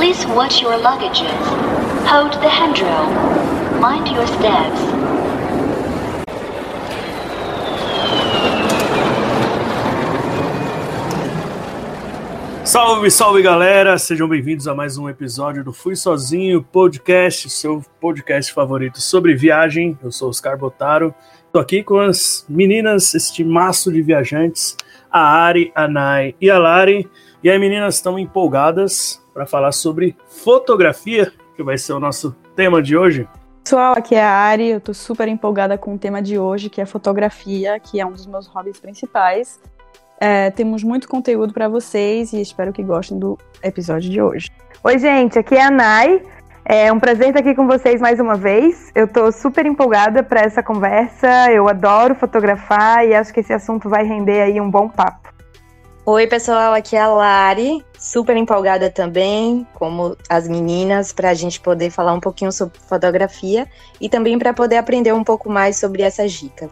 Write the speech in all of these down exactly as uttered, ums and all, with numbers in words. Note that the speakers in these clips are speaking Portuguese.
Please watch your luggages. Hold the handrail. Mind your steps. Salve, salve galera, sejam bem-vindos a mais um episódio do Fui Sozinho Podcast, seu podcast favorito sobre viagem. Eu sou Oscar Botaro, estou aqui com as meninas, este maço de viajantes, a Ari, a Nai e a Lari. E aí, meninas, estão empolgadas para falar sobre fotografia, que vai ser o nosso tema de hoje? Pessoal, aqui é a Ari, eu estou super empolgada com o tema de hoje, que é fotografia, que é um dos meus hobbies principais. É, temos muito conteúdo para vocês e espero que gostem do episódio de hoje. Oi, gente, aqui é a Nai. É um prazer estar aqui com vocês mais uma vez. Eu tô super empolgada para essa conversa. Eu adoro fotografar e acho que esse assunto vai render aí um bom papo. Oi, pessoal, aqui é a Lari. Super empolgada também, como as meninas, para a gente poder falar um pouquinho sobre fotografia e também para poder aprender um pouco mais sobre essas dicas.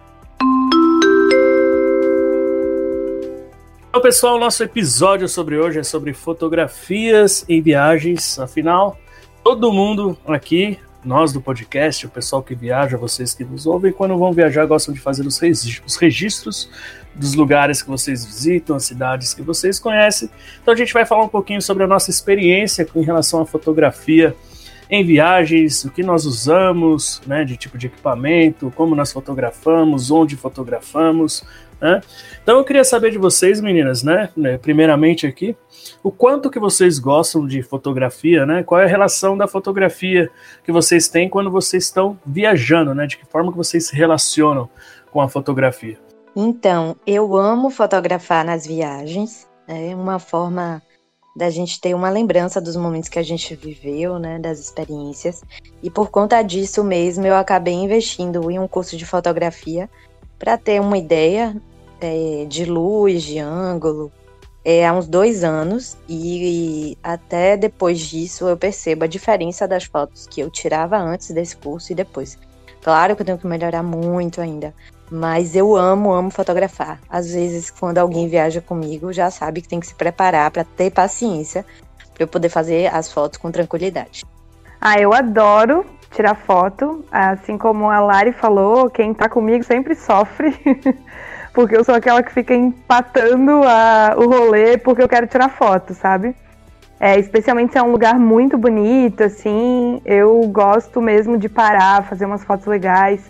Então, pessoal, o nosso episódio sobre hoje é sobre fotografias em viagens. Afinal, todo mundo aqui, nós do podcast, o pessoal que viaja, vocês que nos ouvem, quando vão viajar gostam de fazer os registros dos lugares que vocês visitam, as cidades que vocês conhecem. Então a gente vai falar um pouquinho sobre a nossa experiência em relação à fotografia em viagens, o que nós usamos, né, de tipo de equipamento, como nós fotografamos, onde fotografamos, né? Então eu queria saber de vocês, meninas, né, primeiramente aqui, o quanto que vocês gostam de fotografia, né? Qual é a relação da fotografia que vocês têm quando vocês estão viajando, né? De que forma que vocês se relacionam com a fotografia? Então, eu amo fotografar nas viagens, é uma forma da gente ter uma lembrança dos momentos que a gente viveu, né, das experiências, e por conta disso mesmo eu acabei investindo em um curso de fotografia para ter uma ideia é, de luz, de ângulo, é, há uns dois anos, e, e até depois disso eu percebo a diferença das fotos que eu tirava antes desse curso e depois. Claro que eu tenho que melhorar muito ainda, mas eu amo, amo fotografar. Às vezes, quando alguém viaja comigo, já sabe que tem que se preparar para ter paciência para eu poder fazer as fotos com tranquilidade. Ah, eu adoro tirar foto. Assim como a Lari falou, quem tá comigo sempre sofre, porque eu sou aquela que fica empatando a, o rolê porque eu quero tirar foto, sabe? É, especialmente se é um lugar muito bonito, assim, eu gosto mesmo de parar, fazer umas fotos legais.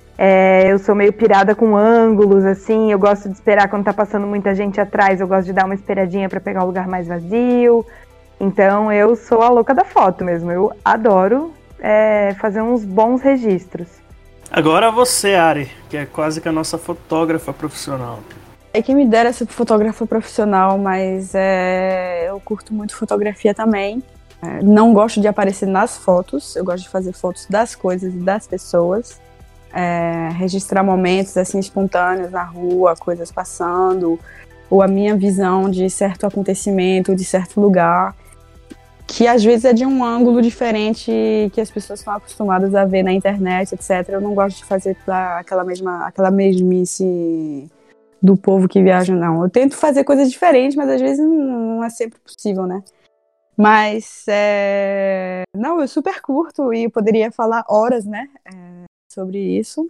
É, eu sou meio pirada com ângulos, assim, eu gosto de esperar quando tá passando muita gente atrás, eu gosto de dar uma esperadinha pra pegar um lugar mais vazio. Então eu sou a louca da foto mesmo, eu adoro é, fazer uns bons registros. Agora você, Ari, que é quase que a nossa fotógrafa profissional. É que me dera ser fotógrafa profissional, mas é, eu curto muito fotografia também. É, não gosto de aparecer nas fotos, eu gosto de fazer fotos das coisas e das pessoas. É, registrar momentos assim espontâneos na rua, coisas passando, ou a minha visão de certo acontecimento, de certo lugar, que às vezes é de um ângulo diferente que as pessoas estão acostumadas a ver na internet, etcétera. Eu não gosto de fazer aquela mesma, aquela mesmice do povo que viaja, não. Eu tento fazer coisas diferentes, mas às vezes não é sempre possível, né? Mas, é... não, eu super curto e poderia falar horas, né? É... sobre isso,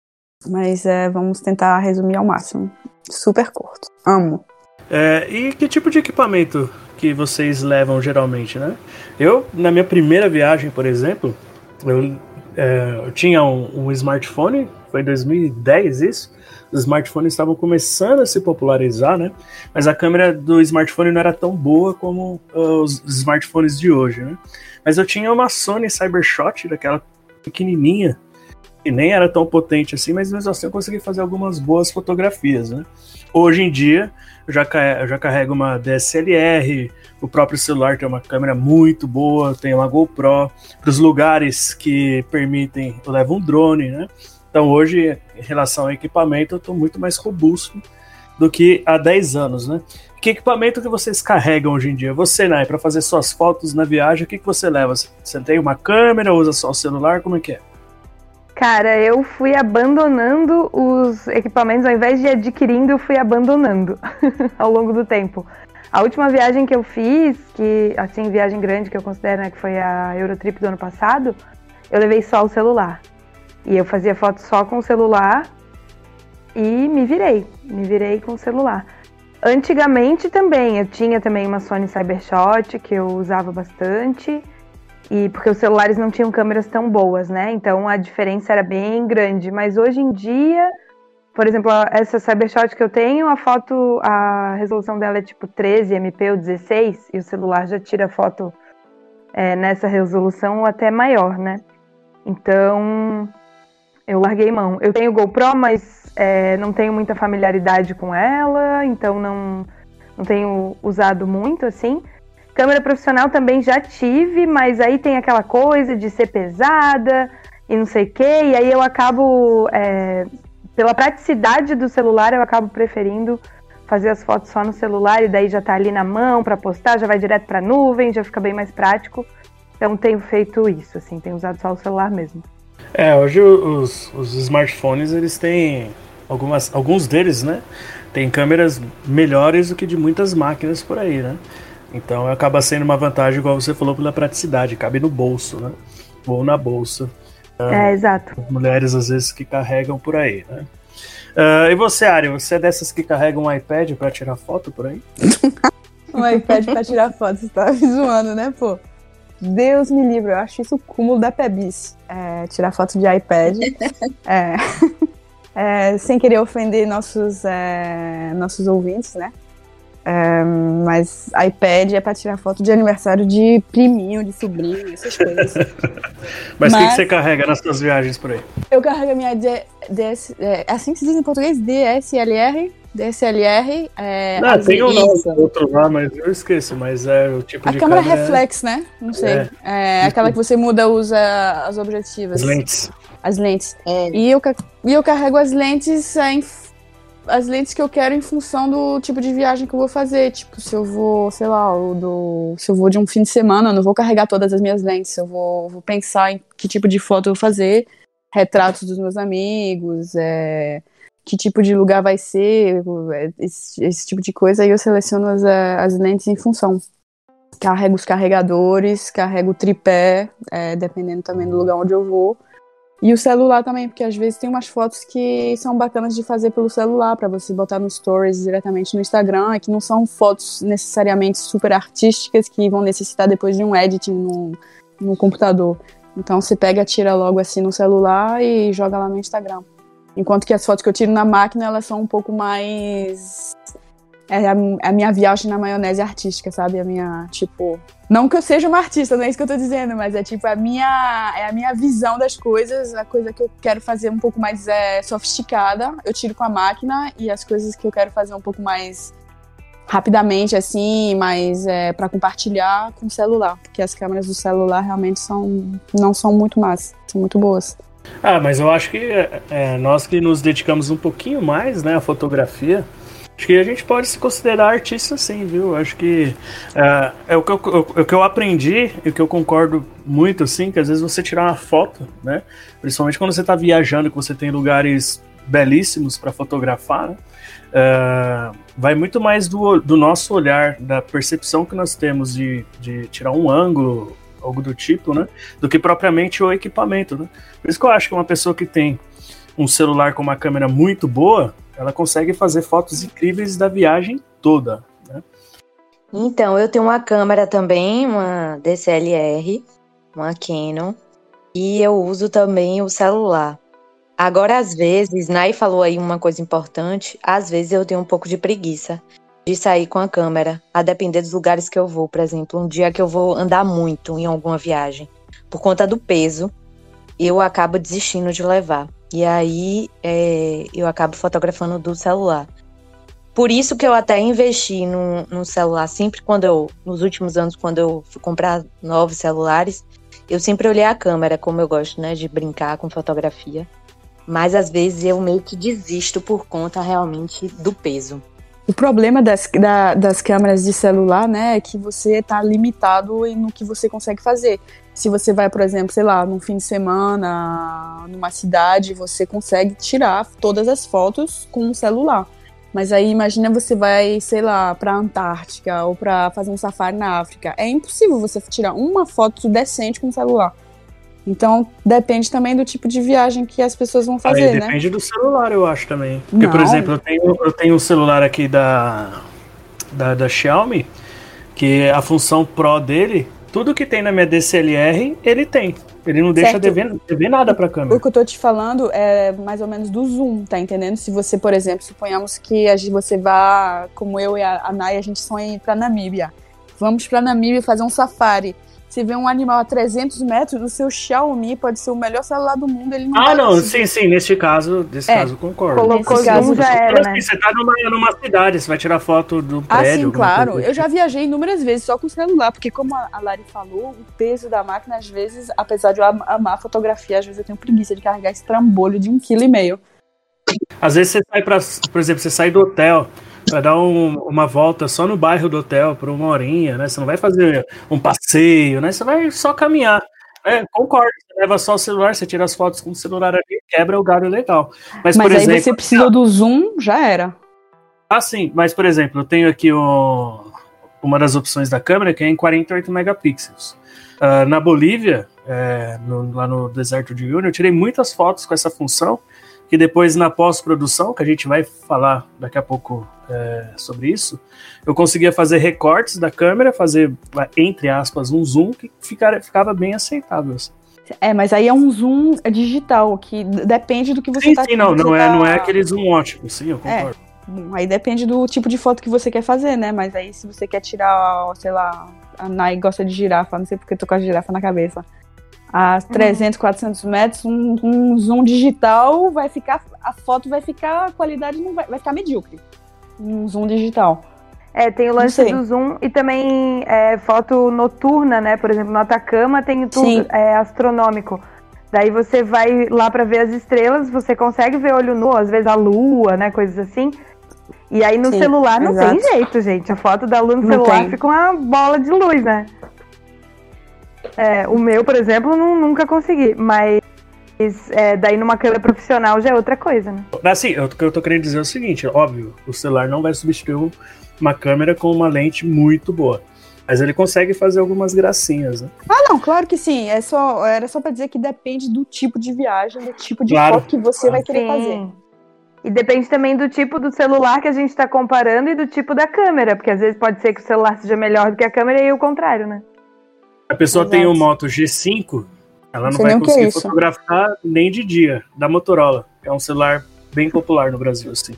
mas é, vamos tentar resumir ao máximo. Super curto. Amo. É, e que tipo de equipamento que vocês levam geralmente, né? Eu, na minha primeira viagem, por exemplo, eu, é, eu tinha um, um smartphone, foi em dois mil e dez isso, os smartphones estavam começando a se popularizar, né? Mas a câmera do smartphone não era tão boa como uh, os smartphones de hoje, né? Mas eu tinha uma Sony Cybershot, daquela pequenininha, e nem era tão potente assim, mas mesmo assim eu consegui fazer algumas boas fotografias, né? Hoje em dia, eu já, eu já carrego uma D S L R, o próprio celular tem uma câmera muito boa, tem uma GoPro, para os lugares que permitem, eu levo um drone, né? Então hoje, em relação ao equipamento, eu estou muito mais robusto do que há dez anos, né? Que equipamento que vocês carregam hoje em dia? Você, Nai, para fazer suas fotos na viagem, o que, que você leva? Você tem uma câmera, usa só o celular, como é que é? Cara, eu fui abandonando os equipamentos, ao invés de adquirindo, eu fui abandonando ao longo do tempo. A última viagem que eu fiz, que assim, viagem grande que eu considero, né, que foi a Eurotrip do ano passado, eu levei só o celular. E eu fazia foto só com o celular e me virei, me virei com o celular. Antigamente também, eu tinha também uma Sony Cybershot que eu usava bastante, e porque os celulares não tinham câmeras tão boas, né? Então a diferença era bem grande. Mas hoje em dia, por exemplo, essa Cybershot que eu tenho, a foto, a resolução dela é tipo treze M P ou dezesseis, e o celular já tira foto é, nessa resolução ou até maior, né? Então eu larguei mão. Eu tenho GoPro, mas é, não tenho muita familiaridade com ela, então não, não tenho usado muito, assim. Câmera profissional também já tive, mas aí tem aquela coisa de ser pesada e não sei o quê, e aí eu acabo, é, pela praticidade do celular, eu acabo preferindo fazer as fotos só no celular, e daí já tá ali na mão para postar, já vai direto pra nuvem, já fica bem mais prático. Então tenho feito isso, assim, tenho usado só o celular mesmo. É, hoje os, os smartphones, eles têm algumas, alguns deles, né, tem câmeras melhores do que de muitas máquinas por aí, né? Então acaba sendo uma vantagem, igual você falou, pela praticidade, cabe no bolso, né? Ou na bolsa. É, uh, exato. Mulheres às vezes que carregam por aí, né? Uh, e você, Ari, você é dessas que carregam um iPad pra tirar foto por aí? Um iPad pra tirar foto, você tá me zoando, né, pô? Deus me livre, eu acho isso o cúmulo da pebice. É, tirar foto de iPad. é, é, sem querer ofender nossos, é, nossos ouvintes, né? É, mas iPad é pra tirar foto de aniversário de priminho, de sobrinho, essas coisas. Mas o que, que você carrega nas suas viagens por aí? Eu carrego a minha D S, é assim que se diz em português, D S L R. D S L R. É, Não, tem um outro lá, mas eu esqueço, mas é o tipo a de câmera. A câmera reflex, né? Não sei. É, é aquela que você muda, usa as objetivas. As lentes. As lentes. É. E, eu, e eu carrego as lentes é, em as lentes que eu quero em função do tipo de viagem que eu vou fazer. Tipo, se eu vou, sei lá, do, se eu vou de um fim de semana, eu não vou carregar todas as minhas lentes. Eu vou, vou pensar em que tipo de foto eu vou fazer, retratos dos meus amigos, é, que tipo de lugar vai ser, esse, esse tipo de coisa. Aí eu seleciono as, as lentes em função. Carrego os carregadores, carrego o tripé, é, dependendo também do lugar onde eu vou. E o celular também, porque às vezes tem umas fotos que são bacanas de fazer pelo celular, para você botar no Stories diretamente no Instagram, e que não são fotos necessariamente super artísticas, que vão necessitar depois de um editing no, no computador. Então você pega, tira logo assim no celular e joga lá no Instagram. Enquanto que as fotos que eu tiro na máquina, elas são um pouco mais... É a, a minha viagem na maionese artística, sabe? A minha, tipo... Não que eu seja uma artista, não é isso que eu tô dizendo, mas é tipo a minha, é a minha visão das coisas, a coisa que eu quero fazer um pouco mais é, sofisticada, eu tiro com a máquina, e as coisas que eu quero fazer um pouco mais rapidamente, assim, mais é, pra compartilhar com o celular, porque as câmeras do celular realmente são, não são muito más, são muito boas. Ah, mas eu acho que é, nós que nos dedicamos um pouquinho mais, né, à fotografia, acho que a gente pode se considerar artista sim, viu? Acho que é, é o, que eu, o, o que eu aprendi e o que eu concordo muito, assim, que às vezes você tirar uma foto, né? Principalmente quando você está viajando, que você tem lugares belíssimos para fotografar, né? É, vai muito mais do, do nosso olhar, da percepção que nós temos de, de tirar um ângulo, algo do tipo, né? Do que propriamente o equipamento, né? Por isso que eu acho que uma pessoa que tem um celular com uma câmera muito boa, ela consegue fazer fotos incríveis da viagem toda, né? Então, eu tenho uma câmera também, uma D S L R, uma Canon, e eu uso também o celular. Agora, às vezes, Nai falou aí uma coisa importante, às vezes eu tenho um pouco de preguiça de sair com a câmera, a depender dos lugares que eu vou. Por exemplo, um dia que eu vou andar muito em alguma viagem, por conta do peso, eu acabo desistindo de levar. E aí é, eu acabo fotografando do celular. Por isso que eu até investi no, no celular. Sempre quando eu, nos últimos anos, quando eu fui comprar novos celulares, eu sempre olhei a câmera, como eu gosto, né, de brincar com fotografia. Mas às vezes eu meio que desisto por conta realmente do peso. O problema das, da, das câmeras de celular, né, é que você tá limitado no que você consegue fazer. Se você vai, por exemplo, sei lá, num fim de semana, numa cidade, você consegue tirar todas as fotos com o celular. Mas aí imagina você vai, sei lá, pra Antártica ou pra fazer um safari na África. É impossível você tirar uma foto decente com o celular. Então, depende também do tipo de viagem que as pessoas vão fazer, Aí, né? depende do celular, eu acho também. Porque, Não. por exemplo, eu tenho, eu tenho um celular aqui da, da, da Xiaomi, que a função Pro dele, tudo que tem na minha D S L R, ele tem. Ele não deixa dever, dever nada pra câmera. O que eu tô te falando é mais ou menos do zoom, tá entendendo? Se você, por exemplo, suponhamos que a gente, você vá, como eu e a, a Nay, a gente sonha em ir pra Namíbia. Vamos pra Namíbia fazer um safari. Se vê um animal a trezentos metros, o seu Xiaomi pode ser o melhor celular do mundo, ele não Ah, vai não, conseguir. sim, sim, nesse caso, nesse É, caso eu concordo. Colocou Nesse caso, zoom, já era, né? Assim, você tá numa, numa cidade, você vai tirar foto do Ah, prédio. sim, alguma claro. coisa Eu já viajei inúmeras vezes só com o celular, porque como a a Lari falou, o peso da máquina, às vezes, apesar de eu am- amar a fotografia, às vezes eu tenho preguiça de carregar esse trambolho de um quilo e meio. Às vezes você sai pra, por exemplo, você sai do hotel, vai dar um- uma volta só no bairro do hotel por uma horinha, né? Você não vai fazer um passeio, né? Você vai só caminhar. É, concordo, você leva só o celular, você tira as fotos com o celular ali, quebra o galho legal. Mas, Mas por aí exemplo, você precisou do zoom, já era. Ah, sim, mas por exemplo, eu tenho aqui o, uma das opções da câmera que é em quarenta e oito megapixels. Ah, na Bolívia, é, no- lá no deserto de Uyuni, eu tirei muitas fotos com essa função, que depois na pós-produção, que a gente vai falar daqui a pouco é, sobre isso, eu conseguia fazer recortes da câmera, fazer, entre aspas, um zoom que ficara- ficava bem aceitável. Assim. É, mas aí é um zoom digital, que d- depende do que você Sim, tá... sim, não, você não é, tá- não é aquele zoom ótico, sim, eu É. concordo. Bom, aí depende do tipo de foto que você quer fazer, né? Mas aí se você quer tirar, sei lá, a Nai gosta de girafa, não sei porque eu tô com a girafa na cabeça. A trezentos, quatrocentos metros, um, um zoom digital vai ficar, a foto vai ficar, a qualidade não vai, vai ficar medíocre. Um zoom digital. É, tem o Não lance sei. do zoom e também é, foto noturna, né? Por exemplo, no Atacama tem tudo Sim. é, astronômico. Daí você vai lá pra ver as estrelas, você consegue ver olho nu, às vezes a lua, né? Coisas assim. E aí no Sim, celular não exato. tem jeito, gente. A foto da lua no Não celular tem. fica uma bola de luz, né? É, o meu, por exemplo, não, nunca consegui. Mas é, daí numa câmera profissional já é outra coisa, né? Assim, eu- o que eu tô querendo dizer é o seguinte, óbvio, o celular não vai substituir uma câmera com uma lente muito boa. Mas ele consegue fazer algumas gracinhas, né? Ah, não, claro que sim. É só, era só pra dizer que depende do tipo de viagem, do tipo de Claro. foto que você vai querer fazer. E depende também do tipo do celular que a gente tá comparando e do tipo da câmera, porque às vezes pode ser que o celular seja melhor do que a câmera e o contrário, né? A pessoa Exato. tem um Moto G cinco, ela não Sei vai nem o que é conseguir isso. fotografar nem de dia, da Motorola, que é um celular bem popular no Brasil, assim.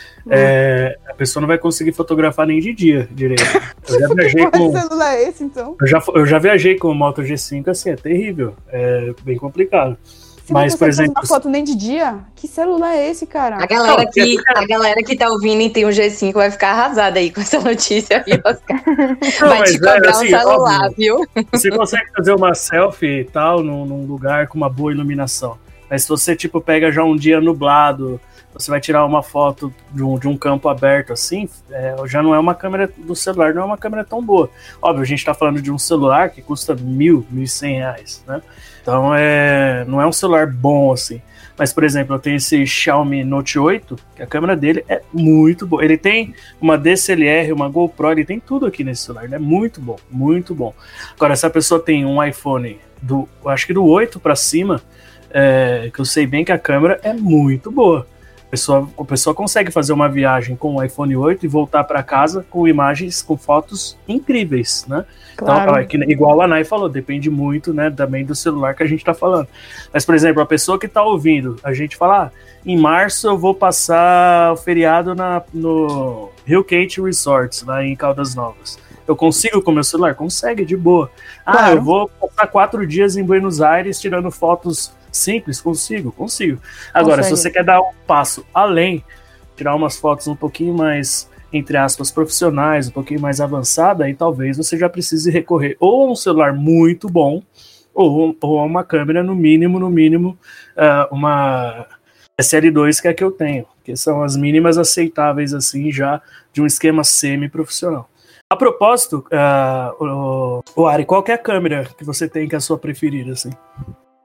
É, a pessoa não vai conseguir fotografar nem de dia direito. Eu já viajei Que com, celular é esse, então? eu já, eu já viajei com o Moto G cinco, assim, é terrível, é bem complicado. Você Mas, não por consegue fazer exemplo, uma foto nem de dia? Que celular é esse, cara? A galera, Não, que, é- a galera que tá ouvindo e tem um G cinco vai ficar arrasada aí com essa notícia, viu, Oscar? Não, Vai mas te é, cobrar assim, um celular, óbvio. viu? Você consegue fazer uma selfie e tal num, num lugar com uma boa iluminação. Mas se você, tipo, pega já um dia nublado, você vai tirar uma foto de um, de um campo aberto assim, é, já não é uma câmera do celular, não é uma câmera tão boa. Óbvio, a gente tá falando de um celular que custa mil, mil e cem reais, né? Então, é, não é um celular bom assim. Mas, por exemplo, eu tenho esse Xiaomi Note oito, que a câmera dele é muito boa. Ele tem uma D S L R, uma GoPro, ele tem tudo aqui nesse celular. Ele é muito bom, muito bom. Agora, se a pessoa tem um iPhone, do, acho que do oito para cima, é, que eu sei bem que a câmera é muito boa. A pessoa, a pessoa consegue fazer uma viagem com o iPhone oito e voltar para casa com imagens, com fotos incríveis, né? Claro. Então, é que, igual a Nay falou, depende muito, né, também do celular que a gente tá falando. Mas, por exemplo, a pessoa que tá ouvindo, a gente fala, ah, em março eu vou passar o feriado na, no Rio Quente Resorts, lá em Caldas Novas. Eu consigo com meu celular? Consegue, de boa. Ah, Claro. eu vou passar quatro dias em Buenos Aires tirando fotos simples? Consigo, consigo. Agora, Consegue. se você quer dar um passo além, tirar umas fotos um pouquinho mais, entre aspas, profissionais, um pouquinho mais avançada, aí talvez você já precise recorrer ou a um celular muito bom, ou, ou a uma câmera, no mínimo, no mínimo, uh, uma S L dois, que é a que eu tenho, que são as mínimas aceitáveis, assim, já de um esquema semi-profissional. A propósito, uh, o, o Ari, qual que é a câmera que você tem que é a sua preferida, assim?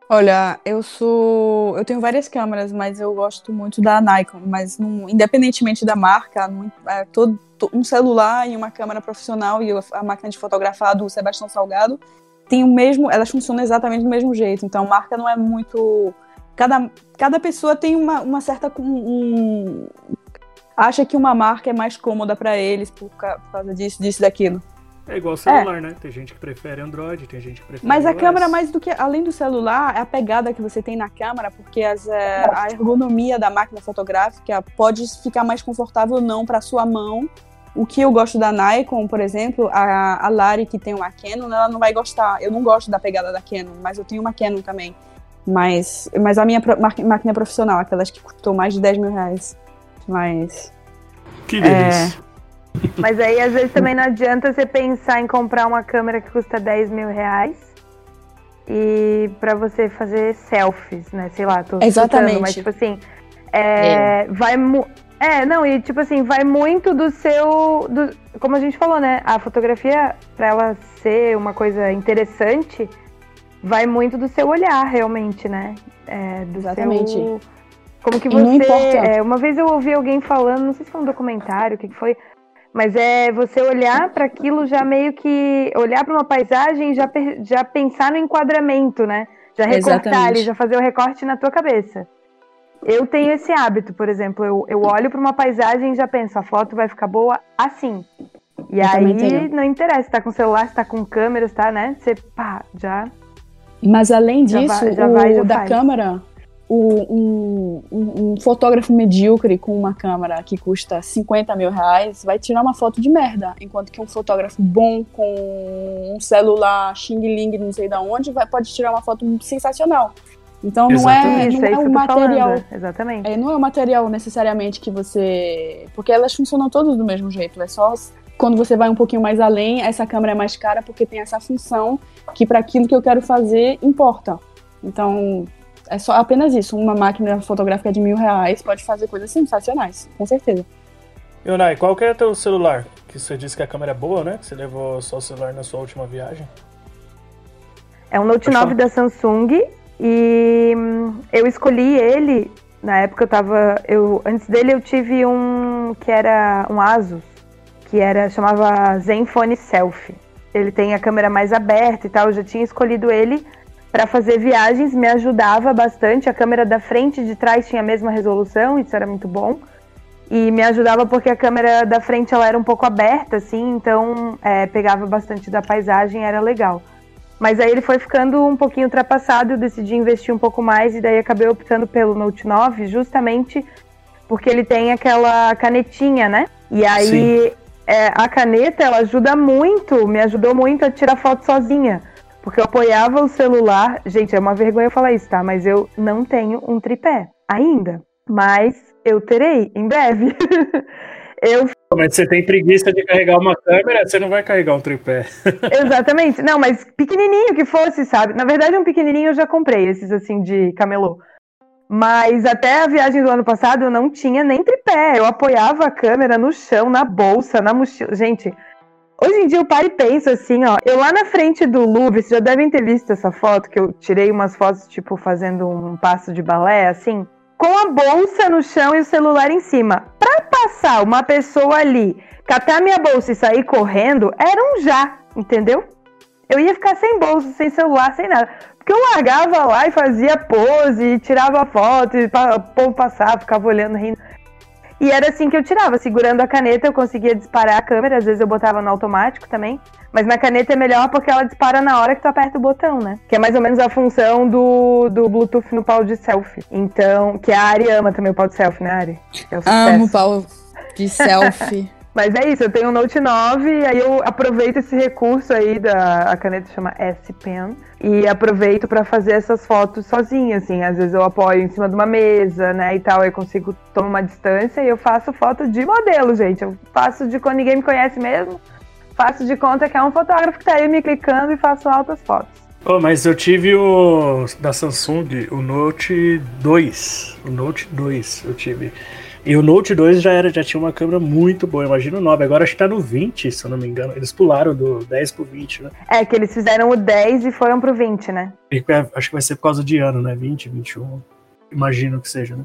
Olha, eu sou. Eu tenho várias câmeras, mas eu gosto muito da Nikon. Mas não- independentemente da marca, não- é, todo, to- um celular e uma câmera profissional e a máquina de fotografar do Sebastião Salgado tem o mesmo. Elas funcionam exatamente do mesmo jeito. Então a marca não é muito. Cada, cada pessoa tem uma, uma certa. Um, acha que uma marca é mais cômoda para eles por, ca- por causa disso, disso, daquilo. É igual celular, né? Tem gente que prefere Android, tem gente que prefere Mas a iOS. câmera, mais do que além do celular, é a pegada que você tem na câmera, porque as, é, a ergonomia da máquina fotográfica pode ficar mais confortável ou não para sua mão. O que eu gosto da Nikon, por exemplo, a, a Lari, que tem uma Canon, ela não vai gostar. Eu não gosto da pegada da Canon, mas eu tenho uma Canon também. Mas, mas a minha pro, máquina profissional, aquelas que custou mais de dez mil reais. Mas. Que delícia. Mas aí, às vezes, também não adianta você pensar em comprar uma câmera que custa dez mil reais e pra você fazer selfies, né? Sei lá, tô Exatamente. chutando, mas tipo assim, é, É. vai... mu- É, não, e tipo assim, vai muito do seu... do- como a gente falou, né? A fotografia, pra ela ser uma coisa interessante, vai muito do seu olhar, realmente, né? É, do Exatamente. seu... Como que E não você... importa. é, uma vez eu ouvi alguém falando, não sei se foi um documentário, o que que foi... Mas é você olhar para aquilo já meio que... Olhar para uma paisagem e já, per- já pensar no enquadramento, né? Já recortar Exatamente. ali, já fazer o recorte na tua cabeça. Eu tenho esse hábito, por exemplo. Eu, eu olho para uma paisagem e já penso, a foto vai ficar boa assim. E Eu também aí, tenho. não interessa se tá com celular, se tá com câmera, se tá, né? Você, pá, já... Mas além Já disso, vai- já o vai, já da faz. câmera, o, um, um- um fotógrafo medíocre com uma câmera que custa cinquenta mil reais vai tirar uma foto de merda, enquanto que um fotógrafo bom com um celular Xing Ling, não sei da onde, vai, pode tirar uma foto sensacional. Então não é, Exatamente. Isso, não é é isso o que eu tô material, falando. Exatamente. é, não é o material necessariamente que você, porque elas funcionam todas do mesmo jeito. É só quando você vai um pouquinho mais além, essa câmera é mais cara porque tem essa função que para aquilo que eu quero fazer importa. Então é só apenas isso. Uma máquina fotográfica de mil reais pode fazer coisas sensacionais, com certeza. Yonai, qual que é teu celular? Que você disse que a câmera é boa, né? Que você levou só o celular na sua última viagem. É um Note Pode nove falar. da Samsung e hum, eu escolhi ele, na época eu tava, eu, antes dele eu tive um que era um Asus, que era, chamava Zenfone Selfie. Ele tem a câmera mais aberta e tal, eu já tinha escolhido ele para fazer viagens, me ajudava bastante, a câmera da frente e de trás tinha a mesma resolução, isso era muito bom. E me ajudava porque a câmera da frente ela era um pouco aberta, assim, então é, pegava bastante da paisagem, era legal. Mas aí ele foi ficando um pouquinho ultrapassado, eu decidi investir um pouco mais e daí acabei optando pelo Note nove, justamente porque ele tem aquela canetinha, né? E aí é, a caneta, ela ajuda muito, me ajudou muito a tirar foto sozinha. Porque eu apoiava o celular... Gente, é uma vergonha eu falar isso, tá? Mas eu não tenho um tripé ainda. Mas eu terei, em breve. eu Mas você tem preguiça de carregar uma câmera, você não vai carregar um tripé. Exatamente. Não, mas pequenininho que fosse, sabe? Na verdade, um pequenininho eu já comprei, esses assim de camelô. Mas até a viagem do ano passado eu não tinha nem tripé. Eu apoiava a câmera no chão, na bolsa, na mochila. Gente, hoje em dia eu paro e penso assim, ó. Eu lá na frente do Louvre, vocês já devem ter visto essa foto, que eu tirei umas fotos, tipo, fazendo um passo de balé, assim. Com a bolsa no chão e o celular em cima. Pra passar uma pessoa ali, catar minha bolsa e sair correndo, era um já, entendeu? Eu ia ficar sem bolsa, sem celular, sem nada. Porque eu largava lá e fazia pose, e tirava foto, e o povo passava, ficava olhando, rindo. E era assim que eu tirava, segurando a caneta eu conseguia disparar a câmera, às vezes eu botava no automático também. Mas na caneta é melhor porque ela dispara na hora que tu aperta o botão, né? Que é mais ou menos a função do, do Bluetooth no pau de selfie. Então, que a Ari ama também o pau de selfie, né, Ari? É o Amo sucesso. pau de selfie. Mas é isso, eu tenho um Note nove e aí eu aproveito esse recurso aí da a caneta chama S Pen e aproveito pra fazer essas fotos sozinha, assim. Às vezes eu apoio em cima de uma mesa, né, e tal, aí eu consigo tomar uma distância e eu faço foto de modelo, gente. Eu faço de quando ninguém me conhece mesmo, faço de conta que é um fotógrafo que tá aí me clicando e faço altas fotos. Oh, mas eu tive o da Samsung, o Note dois. O Note dois eu tive. E o Note dois já, era, já tinha uma câmera muito boa, imagina o nove. Agora acho que tá no vinte, se eu não me engano. Eles pularam do dez pro vinte, né? É, que eles fizeram o dez e foram pro vinte, né? E, é, acho que vai ser por causa de ano, né? vinte, vinte e um. Imagino que seja, né?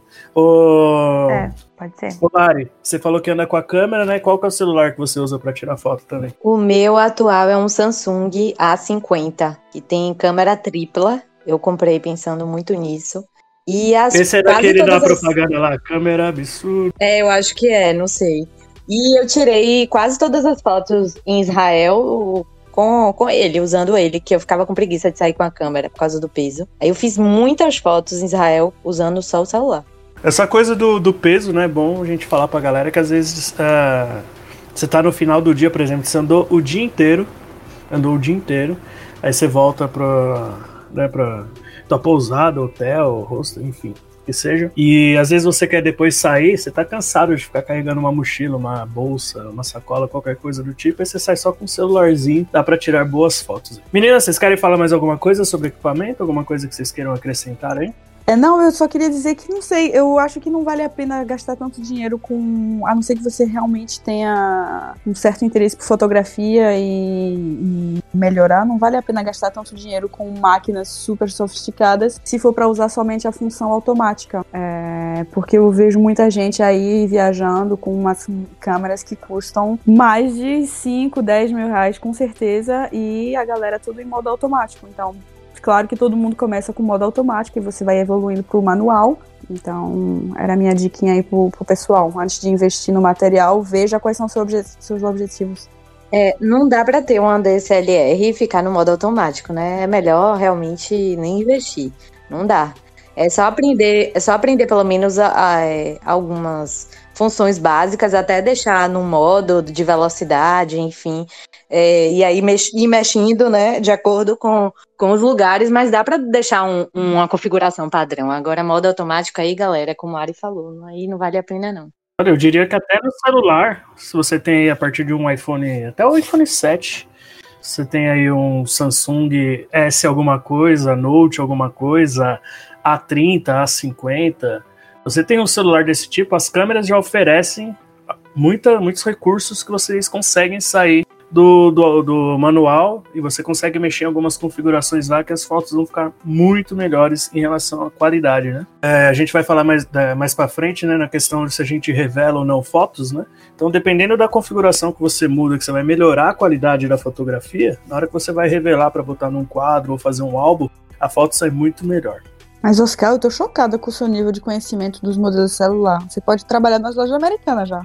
Ô... É, pode ser. Ô, Lari, você falou que anda com a câmera, né? Qual que é o celular que você usa pra tirar foto também? O meu atual é um Samsung A cinquenta, que tem câmera tripla. Eu comprei pensando muito nisso. E as, Esse é quase daquele da todas as- propaganda lá, câmera absurda. É, eu acho que é, não sei. E eu tirei quase todas as fotos em Israel com, com ele, usando ele, que eu ficava com preguiça de sair com a câmera por causa do peso. Aí eu fiz muitas fotos em Israel usando só o celular. Essa coisa do, do peso, né? É bom a gente falar pra galera que às vezes uh, você tá no final do dia, por exemplo, você andou o dia inteiro, andou o dia inteiro, aí você volta pra, né, pra tua pousada, hotel, hostel, enfim, que seja. E às vezes você quer depois sair, você tá cansado de ficar carregando uma mochila, uma bolsa, uma sacola, qualquer coisa do tipo, aí você sai só com um celularzinho, dá pra tirar boas fotos. Meninas, vocês querem falar mais alguma coisa sobre equipamento? Alguma coisa que vocês queiram acrescentar aí? É, não, eu só queria dizer que, não sei, eu acho que não vale a pena gastar tanto dinheiro com... A não ser que você realmente tenha um certo interesse por fotografia e, e melhorar, não vale a pena gastar tanto dinheiro com máquinas super sofisticadas se for para usar somente a função automática. É, porque eu vejo muita gente aí viajando com umas câmeras que custam mais de cinco, dez mil reais com certeza, e a galera tudo em modo automático, então... Claro que todo mundo começa com modo automático e você vai evoluindo pro manual. Então, era a minha diquinha aí pro, pro pessoal. Antes de investir no material, veja quais são seus, obje- seus objetivos. É, não dá pra ter uma D S L R e ficar no modo automático, né? É melhor realmente nem investir. Não dá. É só aprender, é só aprender pelo menos a, a, é, algumas funções básicas, até deixar no modo de velocidade, enfim. É, e aí mex, ir mexendo, né, de acordo com, com os lugares, mas dá pra deixar um, uma configuração padrão. Agora, modo automático aí, galera, como a Ari falou, aí não vale a pena não. Olha, eu diria que até no celular, se você tem aí a partir de um iPhone, até o iPhone sete, você tem aí um Samsung S alguma coisa, Note alguma coisa, A trinta, A cinquenta, você tem um celular desse tipo, as câmeras já oferecem muita, muitos recursos que vocês conseguem sair do, do, do manual, e você consegue mexer em algumas configurações lá que as fotos vão ficar muito melhores em relação à qualidade, né? É, a gente vai falar mais, mais pra frente, né, na questão de se a gente revela ou não fotos, né? Então, dependendo da configuração que você muda, que você vai melhorar a qualidade da fotografia, na hora que você vai revelar para botar num quadro ou fazer um álbum, a foto sai muito melhor. Mas, Oscar, eu tô chocada com o seu nível de conhecimento dos modelos de celular. Você pode trabalhar nas lojas americanas já.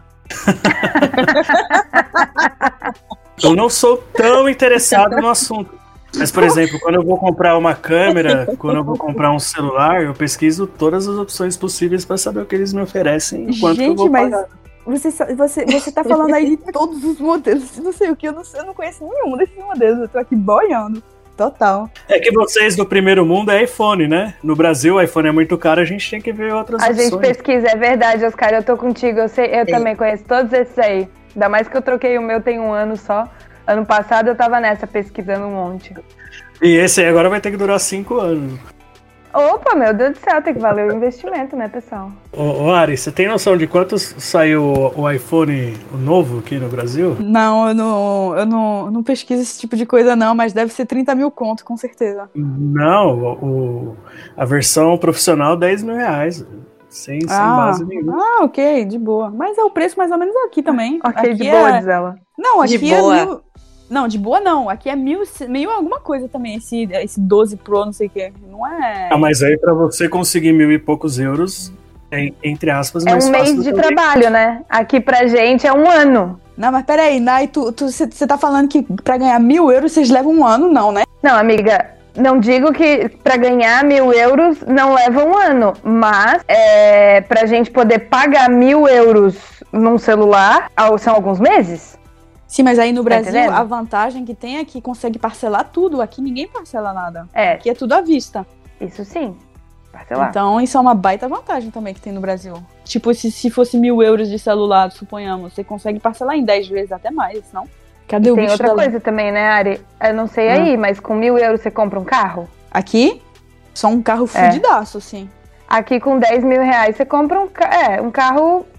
Eu não sou tão interessado no assunto. Mas, por exemplo, quando eu vou comprar uma câmera, quando eu vou comprar um celular, eu pesquiso todas as opções possíveis para saber o que eles me oferecem e quanto Gente, eu vou mas pagar. Você, você, você tá falando aí de todos os modelos. Não sei o que, eu não, eu não conheço nenhum desses modelos. Eu tô aqui boiando. Total. É que vocês do primeiro mundo é iPhone, né? No Brasil o iPhone é muito caro, a gente tem que ver outras A opções. gente pesquisa, é verdade, Oscar, eu tô contigo, eu, sei, eu É. também conheço todos esses aí. Ainda mais que eu troquei o meu tem um ano só. Ano passado eu tava nessa pesquisando um monte. E esse aí agora vai ter que durar cinco anos. Opa, meu Deus do céu, tem que valer o investimento, né, pessoal? Ô, ô Ari, você tem noção de quantos saiu o, o iPhone o novo aqui no Brasil? Não, eu não, eu não, não pesquiso esse tipo de coisa, não, mas deve ser trinta mil conto, com certeza. Não, o, a versão profissional dez mil reais. Sem, sem ah, base nenhuma. Ah, ok, de boa. Mas é o preço mais ou menos aqui também. Ok, aqui de é... boa, diz ela. Não, De aqui é boa. mil... Não, de boa não. Aqui é mil, mil alguma coisa também, esse, esse doze Pro, não sei o que. Não é... Ah, mas aí pra você conseguir mil e poucos euros, é, entre aspas, É mais um fácil mês de também. trabalho, né? Aqui pra gente é um ano. Não, mas peraí, Nai, tu, tu, cê, cê tá falando que pra ganhar mil euros vocês levam um ano, não, né? Não, amiga, não digo que pra ganhar mil euros não leva um ano, mas é, pra gente poder pagar mil euros num celular, são alguns meses? Sim, mas aí no Brasil entendendo? a vantagem que tem é que consegue parcelar tudo. Aqui ninguém parcela nada. É, Aqui é tudo à vista. isso sim. Parcelar. Então isso é uma baita vantagem também que tem no Brasil. Tipo, se, se fosse mil euros de celular, suponhamos, você consegue parcelar em dez vezes, até mais, não? Cadê o Tem bicho outra da... coisa também, né, Ari? Eu não sei Ah. aí, mas com mil euros você compra um carro? Aqui, só um carro É. fudidaço, assim. Aqui com dez mil reais você compra um, ca- é, um carro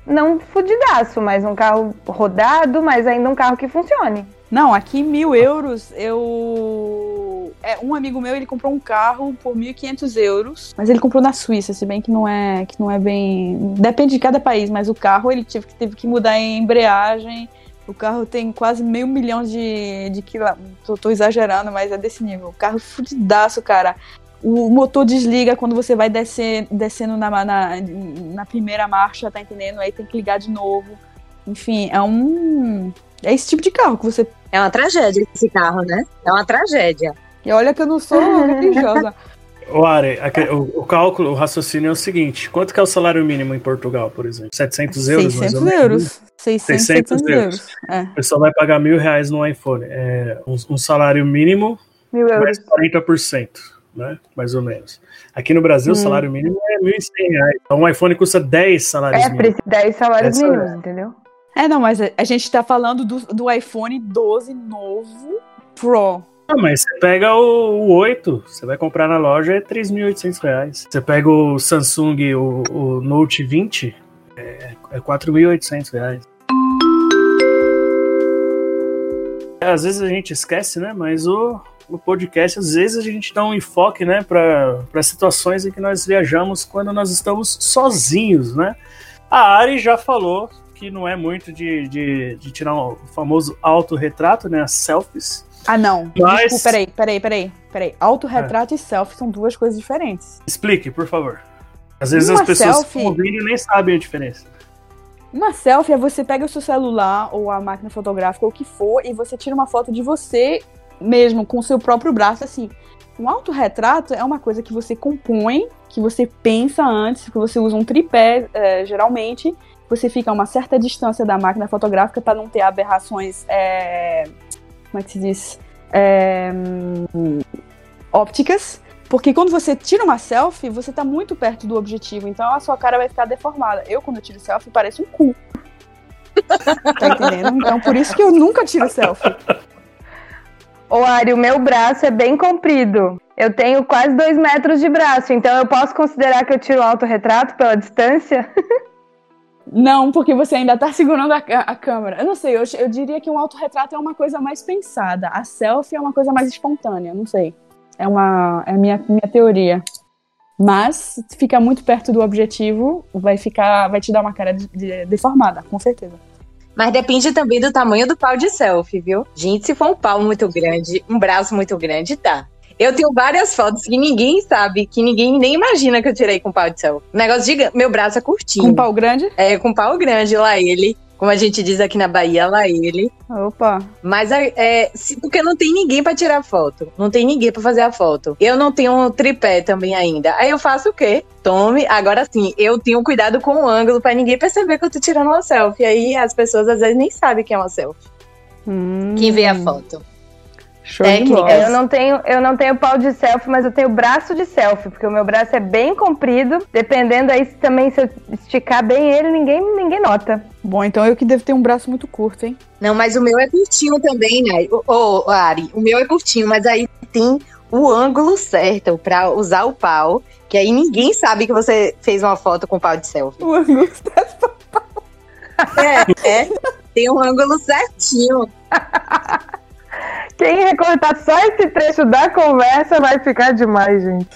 não fudidaço, mas um carro rodado, mas ainda um carro que funcione. Não, aqui mil euros, eu... É, um amigo meu, ele comprou um carro por mil e quinhentos euros, mas ele comprou na Suíça, se bem que não é, que não é bem... Depende de cada país, mas o carro, ele teve, teve que mudar a embreagem. O carro tem quase meio milhão de, de quilômetros. Tô, tô exagerando, mas é desse nível. O carro fudidaço, cara. O motor desliga quando você vai descer, descendo na, na, na primeira marcha, tá entendendo? Aí tem que ligar de novo. Enfim, é um... É esse tipo de carro que você... É uma tragédia esse carro, né? É uma tragédia. E olha que eu não sou religiosa. O Ari, o, o cálculo, o raciocínio é o seguinte: quanto que é o salário mínimo em Portugal, por exemplo? setecentos euros, mais ou menos? euros. seiscentos, seiscentos setecentos euros. É. O pessoal vai pagar mil reais no iPhone. É um, um salário mínimo, Mil euros. mais quarenta por cento, né? Mais ou menos. Aqui no Brasil, hum. o salário mínimo é mil e cem reais. Então, um iPhone custa dez salários é, mínimos. dez salários Essa mínimos, é. Entendeu? É, não, mas a gente tá falando do, do iPhone doze novo Pro. Ah, mas você pega o, o oito, você vai comprar na loja, é três mil e oitocentos reais. Você pega o Samsung, o, o Note vinte, é, é quatro mil e oitocentos reais. Às vezes a gente esquece, né? Mas o, o podcast, às vezes a gente dá um enfoque, né? Para situações em que nós viajamos quando nós estamos sozinhos, né? A Ari já falou que não é muito de, de, de tirar o famoso autorretrato, né? As selfies. Ah, não. Mas... Desculpa, peraí, peraí, peraí. peraí. Autorretrato é. e selfie são duas coisas diferentes. Explique, por favor. Às vezes Uma as pessoas selfie... que estão ouvindo nem sabem a diferença. Uma selfie é você pega o seu celular ou a máquina fotográfica ou o que for e você tira uma foto de você mesmo, com o seu próprio braço, assim. Um autorretrato é uma coisa que você compõe, que você pensa antes, que você usa um tripé, é, geralmente. Você fica a uma certa distância da máquina fotográfica para não ter aberrações, é, como é que se diz, é, ópticas, porque quando você tira uma selfie, você tá muito perto do objetivo, então a sua cara vai ficar deformada. Eu, quando eu tiro selfie, pareço um cu. Tá entendendo? Então, por isso que eu nunca tiro selfie. Ô, Ari, o meu braço é bem comprido. Eu tenho quase dois metros de braço, então eu posso considerar que eu tiro autorretrato pela distância? Não, porque você ainda tá segurando a, a câmera. Eu não sei, eu, eu diria que um autorretrato é uma coisa mais pensada. A selfie é uma coisa mais espontânea, não sei. É, uma, é a minha, minha teoria. Mas, se ficar muito perto do objetivo, vai, ficar, vai te dar uma cara de, de, deformada, com certeza. Mas depende também do tamanho do pau de selfie, viu? Gente, se for um pau muito grande, um braço muito grande, tá. Eu tenho várias fotos que ninguém sabe, que ninguém nem imagina que eu tirei com pau de selfie. O negócio gigante. Meu braço é curtinho. Com pau grande? É, com pau grande, lá ele. Como a gente diz aqui na Bahia, lá ele. Opa. Mas é, porque não tem ninguém pra tirar foto. Não tem ninguém pra fazer a foto. Eu não tenho um tripé também ainda. Aí eu faço o quê? Tome. Agora sim, eu tenho cuidado com o ângulo pra ninguém perceber que eu tô tirando uma selfie. Aí as pessoas às vezes nem sabem que é uma selfie. Hum. Quem vê a foto. Show de bola. Eu não tenho, eu não tenho pau de selfie, mas eu tenho braço de selfie, porque o meu braço é bem comprido. Dependendo aí, também se eu esticar bem ele, ninguém, ninguém nota. Bom, então eu que devo ter um braço muito curto, hein? Não, mas o meu é curtinho também, né? Ô, ô, Ari, o meu é curtinho, mas aí tem o ângulo certo pra usar o pau, que aí ninguém sabe que você fez uma foto com pau de selfie. O ângulo certo pro pau. É, é. Tem um ângulo certinho. Quem recortar só esse trecho da conversa vai ficar demais, gente.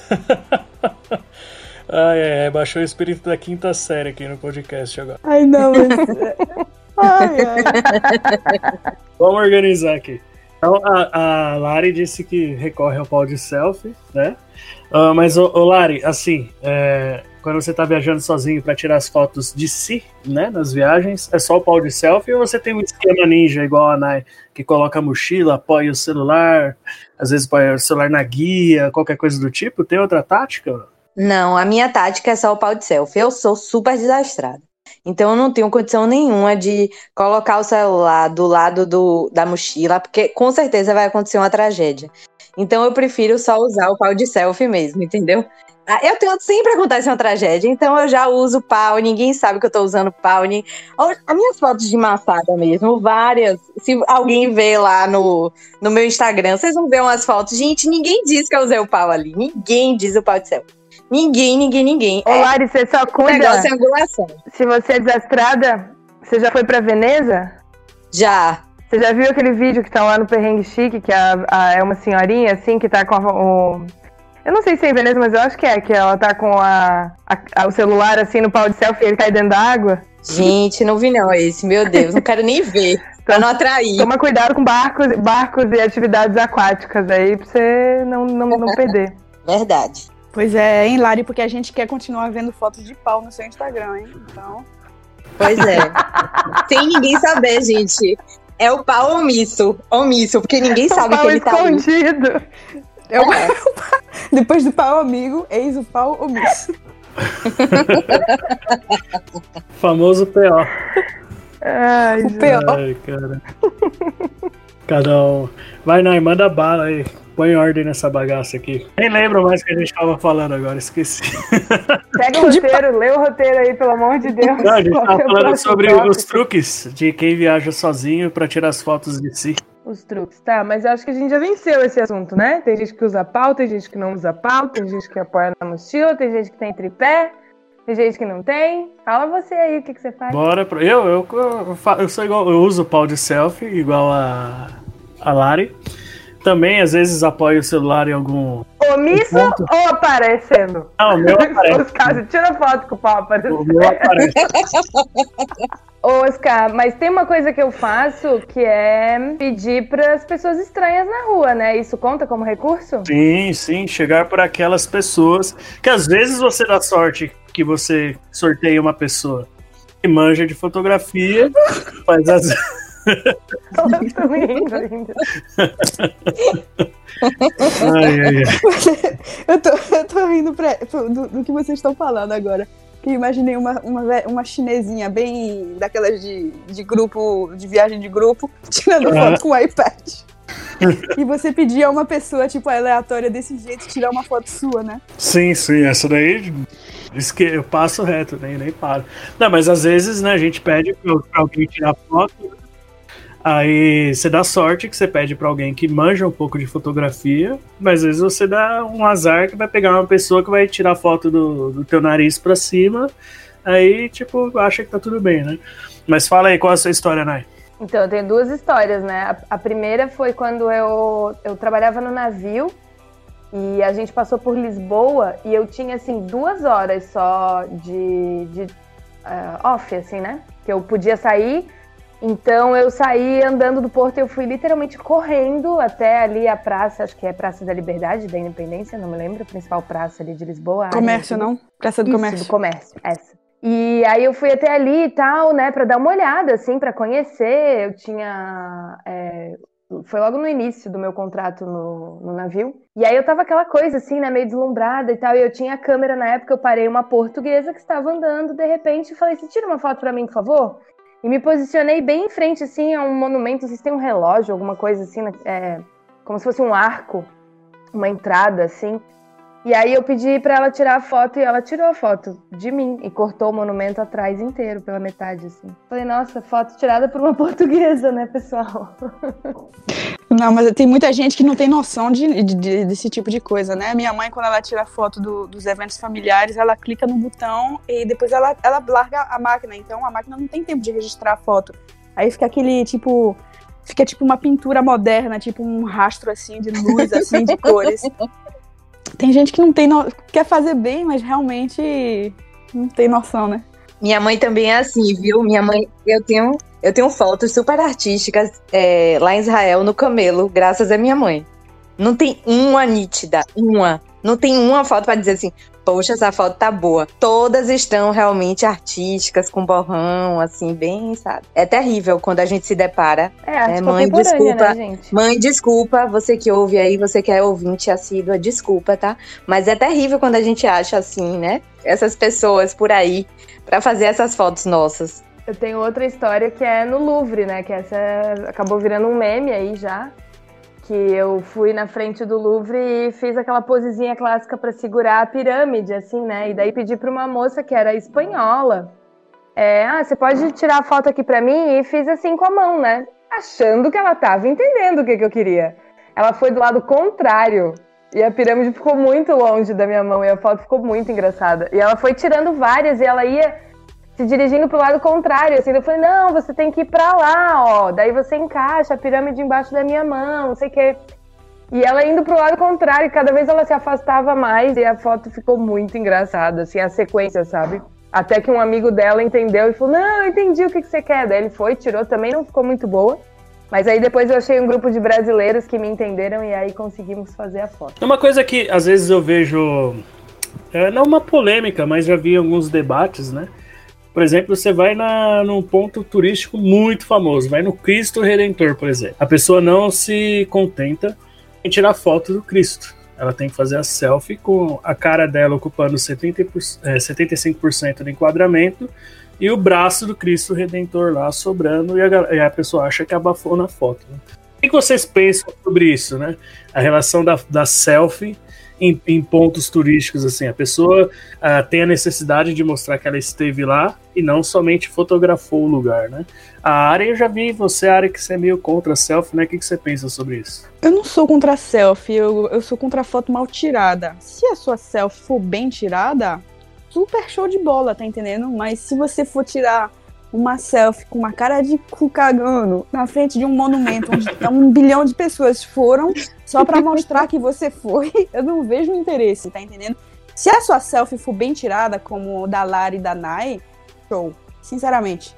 Ai, ai, ai, baixou o espírito da quinta série aqui no podcast agora. Ai, não, mas... ai, ai. Vamos organizar aqui. Então, a, a Lari disse que recorre ao pau de selfie, né? Uh, mas, ô, ô Lari, assim, é, quando você tá viajando sozinho pra tirar as fotos de si, né, nas viagens, é só o pau de selfie ou você tem um esquema ninja igual a Nai, que coloca a mochila, apoia o celular, às vezes apoia o celular na guia, qualquer coisa do tipo? Tem outra tática? Não, a minha tática é só o pau de selfie. Eu sou super desastrada. Então eu não tenho condição nenhuma de colocar o celular do lado do, da mochila, porque com certeza vai acontecer uma tragédia. Então eu prefiro só usar o pau de selfie mesmo, entendeu? Eu tenho, sempre acontece uma tragédia, então eu já uso pau, ninguém sabe que eu tô usando pau. Nem... As minhas fotos de maçada mesmo, várias. Se alguém vê lá no, no meu Instagram, vocês vão ver umas fotos. Gente, ninguém diz que eu usei o pau ali, ninguém diz o pau de selfie. Ninguém, ninguém, ninguém. Ô, Lari, você só O cuida. negócio é angulação. Se você é desastrada, você já foi pra Veneza? Já. Você já viu aquele vídeo que tá lá no Perrengue Chique, que a, a- é uma senhorinha, assim, que tá com a, o... Eu não sei se é em Veneza, mas eu acho que é, que ela tá com a, a- a- o celular, assim, no pau de selfie e ele cai dentro da água. Gente, não vi não esse. Meu Deus, não quero nem ver. Pra não atrair. Toma cuidado com barcos, barcos e atividades aquáticas aí, pra você não, não, não perder. Verdade. Pois é, hein, Lari, porque a gente quer continuar vendo fotos de pau no seu Instagram, hein? Então. Pois é. Sem ninguém saber, gente. É o pau omisso. Omisso, porque ninguém sabe que Pau ele tá ali. escondido. É o... Depois do pau amigo, eis o pau omisso. Famoso P O. Ai, O gente. pior. Ai, cara. Cada um. Vai, Nai, manda bala aí. Põe ordem nessa bagaça aqui. Nem lembro mais o que a gente tava falando agora, esqueci. Pega o roteiro, lê o roteiro aí, pelo amor de Deus. Não, a gente Qual tava que é o falando próximo sobre tópico? os truques de quem viaja sozinho pra tirar as fotos de si. Os truques, tá, mas eu acho que a gente já venceu esse assunto, né? Tem gente que usa pau, tem gente que não usa pau, tem gente que apoia na mochila, tem gente que tem tripé, tem gente que não tem. Fala você aí, o que, que você faz? Bora pro... eu, eu, eu, fa- eu sou igual, eu uso o pau de selfie, igual a, a Lari. Também, às vezes, apoio o celular em algum... Omisso ponto. ou aparecendo? Não, o meu aparece. Os casos, tira foto com o pau aparecendo. O meu aparece. Ô, Oscar, mas tem uma coisa que eu faço que é pedir para as pessoas estranhas na rua, né? Isso conta como recurso? Sim, sim, chegar por aquelas pessoas que às vezes você dá sorte que você sorteia uma pessoa que manja de fotografia, mas às Eu tô me rindo ainda. ai, ai, ai. eu, tô, eu tô rindo pra, do, do que vocês estão falando agora. Que eu imaginei uma, uma, ve- uma chinesinha bem daquelas de, de grupo, de viagem de grupo, tirando Ah. foto com o iPad. E você pedia a uma pessoa, tipo, aleatória desse jeito, tirar uma foto sua, né? Sim, sim, essa daí diz que eu passo reto, nem, nem paro. Não, mas às vezes, né, a gente pede pra, pra alguém tirar foto, aí você dá sorte que você pede pra alguém que manja um pouco de fotografia, mas às vezes você dá um azar que vai pegar uma pessoa que vai tirar foto do, do teu nariz pra cima, aí, tipo, acha que tá tudo bem, né? Mas fala aí, qual é a sua história, Nai? Então, eu tenho duas histórias, né? A, a primeira foi quando eu, eu trabalhava no navio e a gente passou por Lisboa e eu tinha, assim, duas horas só de, de uh, off, assim, né? Que eu podia sair. Então, eu saí andando do porto e eu fui literalmente correndo até ali a praça, acho que é Praça da Liberdade, da Independência, não me lembro, a principal praça ali de Lisboa. Comércio, não? Praça do Isso, comércio. do comércio, essa. E aí eu fui até ali e tal, né, pra dar uma olhada, assim, pra conhecer. Eu tinha... é, foi logo no início do meu contrato no, no navio. E aí eu tava aquela coisa, assim, né, meio deslumbrada e tal. E eu tinha a câmera na época, eu parei uma portuguesa que estava andando, de repente, e falei assim, tira uma foto pra mim, por favor? E me posicionei bem em frente, assim, a um monumento, vocês têm um relógio, alguma coisa assim, né, é, como se fosse um arco, uma entrada, assim. E aí eu pedi pra ela tirar a foto e ela tirou a foto de mim e cortou o monumento atrás inteiro, pela metade, assim. Falei, nossa, foto tirada por uma portuguesa, né, pessoal? Não, mas tem muita gente que não tem noção de, de- de- desse tipo de coisa, né? Minha mãe, quando ela tira foto do- dos eventos familiares, ela clica no botão e depois ela, ela larga a máquina. Então a máquina não tem tempo de registrar a foto. Aí fica aquele, tipo... Fica tipo uma pintura moderna, tipo um rastro, assim, de luz, assim, de cores. Tem gente que não tem no... quer fazer bem, mas realmente não tem noção, né? Minha mãe também é assim, viu? Minha mãe, eu tenho, eu tenho fotos super artísticas é, lá em Israel, no Camelo, graças à minha mãe. Não tem uma nítida, uma. Não tem uma foto pra dizer assim, poxa, essa foto tá boa. Todas estão realmente artísticas, com borrão, assim, bem, sabe? É terrível quando a gente se depara. É, arte É, mãe, contemporânea, desculpa. né, gente? Mãe, desculpa, você que ouve aí, você que é ouvinte assídua, desculpa, tá? Mas é terrível quando a gente acha assim, né? Essas pessoas por aí pra fazer essas fotos nossas. Eu tenho outra história que é no Louvre, né? Que essa acabou virando um meme aí já. Que eu fui na frente do Louvre e fiz aquela posezinha clássica pra segurar a pirâmide, assim, né? E daí pedi pra uma moça que era espanhola. É, ah, você pode tirar a foto aqui pra mim? E fiz assim com a mão, né? Achando que ela tava entendendo o que, que eu queria. Ela foi do lado contrário. E a pirâmide ficou muito longe da minha mão e a foto ficou muito engraçada. E ela foi tirando várias e ela ia se dirigindo pro lado contrário, assim. Eu falei, não, você tem que ir pra lá, ó. Daí você encaixa a pirâmide embaixo da minha mão, não sei o quê. E ela indo pro lado contrário, cada vez ela se afastava mais e a foto ficou muito engraçada, assim, a sequência, sabe? Até que um amigo dela entendeu e falou, não, eu entendi o que, que você quer. Daí ele foi, tirou, também não ficou muito boa. Mas aí depois eu achei um grupo de brasileiros que me entenderam e aí conseguimos fazer a foto. Uma coisa que às vezes eu vejo, é, não uma polêmica, mas já vi alguns debates, né? Por exemplo, você vai na, num ponto turístico muito famoso, vai no Cristo Redentor, por exemplo. A pessoa não se contenta em tirar foto do Cristo. Ela tem que fazer a selfie com a cara dela ocupando setenta por cento, é, setenta e cinco por cento do enquadramento e o braço do Cristo Redentor lá sobrando e a, e a pessoa acha que abafou na foto. Né? O que vocês pensam sobre isso, né? A relação da, da selfie em, em pontos turísticos, assim. A pessoa uh, tem a necessidade de mostrar que ela esteve lá e não somente fotografou o lugar, né? A Ari, eu já vi você, Ari, que você é meio contra a selfie, né? O que, que você pensa sobre isso? Eu não sou contra a selfie, eu, eu sou contra a foto mal tirada. Se a sua selfie for bem tirada, super show de bola, tá entendendo? Mas se você for tirar uma selfie com uma cara de cu cagando na frente de um monumento onde um bilhão de pessoas foram só pra mostrar que você foi, eu não vejo interesse, tá entendendo? Se a sua selfie for bem tirada, como o da Lari e da Nai, show, sinceramente.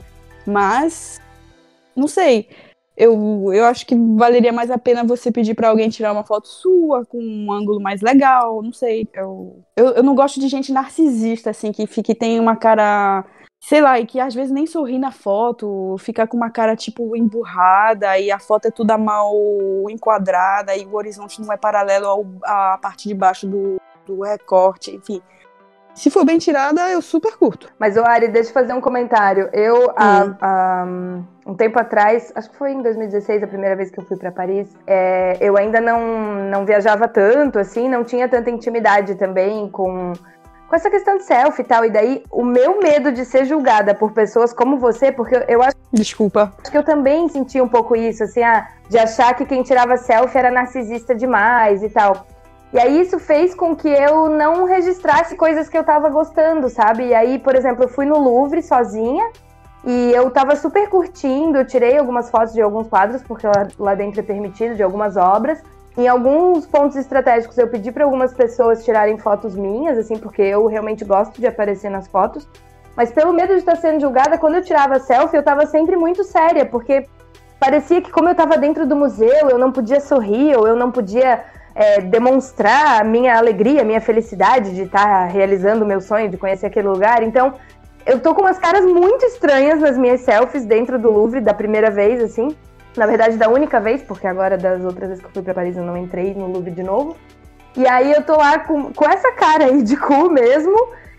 Mas, não sei, eu, eu acho que valeria mais a pena você pedir pra alguém tirar uma foto sua, com um ângulo mais legal, não sei. Eu, eu, eu não gosto de gente narcisista, assim, que, que tem uma cara, sei lá, e que às vezes nem sorri na foto, fica com uma cara, tipo, emburrada, e a foto é toda mal enquadrada, e o horizonte não é paralelo ao, à parte de baixo do, do recorte, enfim. Se for bem tirada, eu super curto. Mas, ô Ari, deixa eu fazer um comentário. Eu, hum. há, há um tempo atrás, acho que foi em dois mil e dezesseis, a primeira vez que eu fui pra Paris, é, eu ainda não, não viajava tanto, assim, não tinha tanta intimidade também com, com essa questão de selfie e tal. E daí, o meu medo de ser julgada por pessoas como você, porque eu, eu acho... Desculpa. Acho que eu também senti um pouco isso, assim, ah, de achar que quem tirava selfie era narcisista demais e tal. E aí isso fez com que eu não registrasse coisas que eu tava gostando, sabe? E aí, por exemplo, eu fui no Louvre sozinha e eu tava super curtindo, eu tirei algumas fotos de alguns quadros, porque lá, lá dentro é permitido, de algumas obras. Em alguns pontos estratégicos eu pedi para algumas pessoas tirarem fotos minhas, assim, porque eu realmente gosto de aparecer nas fotos. Mas pelo medo de estar sendo julgada, quando eu tirava selfie, eu tava sempre muito séria, porque parecia que como eu tava dentro do museu, eu não podia sorrir, ou eu não podia... É, demonstrar a minha alegria, a minha felicidade de estar realizando o meu sonho de conhecer aquele lugar. Então, eu tô com umas caras muito estranhas nas minhas selfies dentro do Louvre, da primeira vez, assim. Na verdade, da única vez, porque agora das outras vezes que eu fui pra Paris eu não entrei no Louvre de novo. E aí eu tô lá com, com essa cara aí de cu mesmo.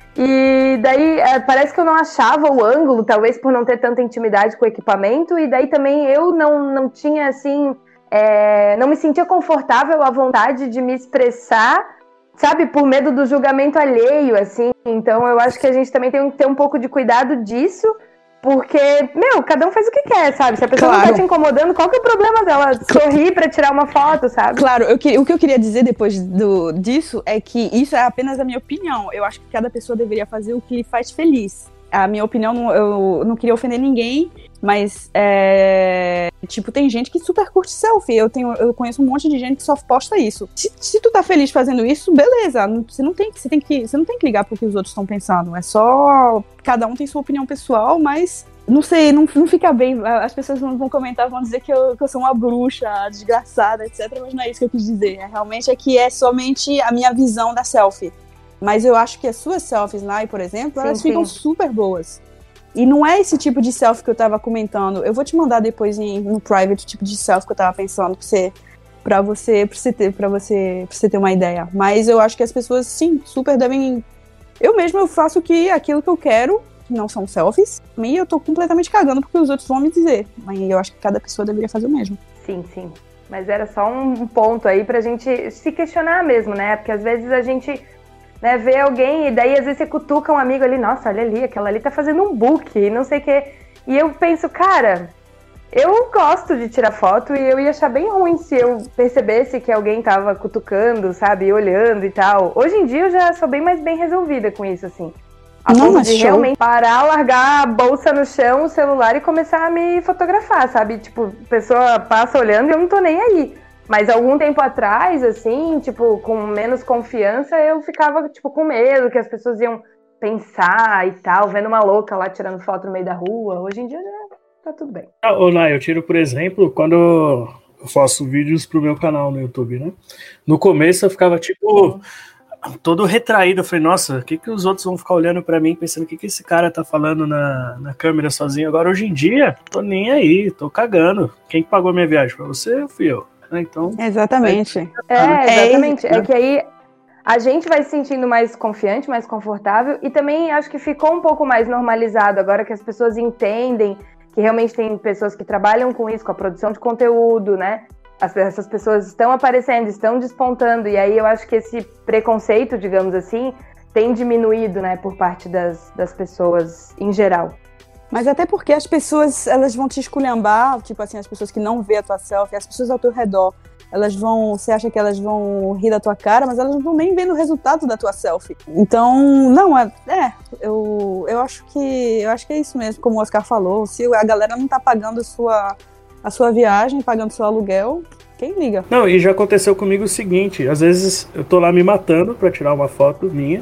E daí é, parece que eu não achava o ângulo, talvez por não ter tanta intimidade com o equipamento. E daí também eu não, não tinha, assim... É, não me sentia confortável à vontade de me expressar, sabe, por medo do julgamento alheio, assim. Então eu acho que a gente também tem que ter um pouco de cuidado disso, porque, meu, cada um faz o que quer, sabe? Se a pessoa claro. Não tá te incomodando, qual que é o problema dela sorrir pra tirar uma foto, sabe? Claro, eu que, o que eu queria dizer depois do, disso é que isso é apenas a minha opinião. Eu acho que cada pessoa deveria fazer o que lhe faz feliz. A minha opinião, eu não queria ofender ninguém, mas, é, tipo, tem gente que super curte selfie. Eu, tenho, eu conheço um monte de gente que só posta isso. Se, se tu tá feliz fazendo isso, beleza. Você não tem, você tem que, você não tem que ligar pro que os outros estão pensando. É só... Cada um tem sua opinião pessoal, mas... Não sei, não, não fica bem. As pessoas vão comentar, vão dizer que eu, que eu sou uma bruxa, desgraçada, etcétera. Mas não é isso que eu quis dizer. É, realmente é que é somente a minha visão da selfie. Mas eu acho que as suas selfies lá, por exemplo, sim, elas sim. ficam super boas. E não é esse tipo de selfie que eu tava comentando. Eu vou te mandar depois em, no private o tipo de selfie que eu tava pensando pra você, pra você, pra você ter, pra você, pra você ter uma ideia. Mas eu acho que as pessoas, sim, super devem... Eu mesma eu faço que aquilo que eu quero, que não são selfies, e eu tô completamente cagando porque os outros vão me dizer. Mas eu acho que cada pessoa deveria fazer o mesmo. Sim, sim. Mas era só um ponto aí pra gente se questionar mesmo, né? Porque às vezes a gente... Né, ver alguém, e daí às vezes você cutuca um amigo ali, nossa, olha ali, aquela ali tá fazendo um book, não sei o quê. E eu penso, cara, Eu gosto de tirar foto e eu ia achar bem ruim se eu percebesse que alguém tava cutucando, sabe, olhando e tal. Hoje em dia eu já sou bem mais bem resolvida com isso, assim. A Não, ponto mas de show. realmente parar, largar a bolsa no chão, o celular e começar a me fotografar, sabe? Tipo, a pessoa passa olhando e eu não tô nem aí. Mas algum tempo atrás, assim, tipo, com menos confiança, eu ficava, tipo, com medo que as pessoas iam pensar e tal, vendo uma louca lá tirando foto no meio da rua. Hoje em dia já tá tudo bem. Ah, ô, Nai, eu tiro, por exemplo, quando eu faço vídeos pro meu canal no YouTube, né? No começo eu ficava, tipo, todo retraído. Eu falei, nossa, o que, que os outros vão ficar olhando pra mim, pensando o que, que esse cara tá falando na, na câmera sozinho? Agora, hoje em dia, tô nem aí, tô cagando. Quem que pagou a minha viagem? Pra você ou fui eu? Então, Exatamente. É, exatamente. É, É que aí a gente vai se sentindo mais confiante, mais confortável e também acho que ficou um pouco mais normalizado agora que as pessoas entendem que realmente tem pessoas que trabalham com isso, com a produção de conteúdo, né? As, essas pessoas estão aparecendo, estão despontando e aí eu acho que esse preconceito, digamos assim, tem diminuído, né, por parte das, das pessoas em geral. Mas até porque as pessoas, elas vão te esculhambar, tipo assim, as pessoas que não vê a tua selfie, as pessoas ao teu redor, elas vão, você acha que elas vão rir da tua cara, mas elas não vão nem vendo o resultado da tua selfie. Então, não, é, é eu, eu acho que eu acho que é isso mesmo, como o Oscar falou, se a galera não tá pagando a sua, a sua viagem, pagando seu aluguel, quem liga? Não, e já aconteceu comigo o seguinte, às vezes eu tô lá me matando pra tirar uma foto minha,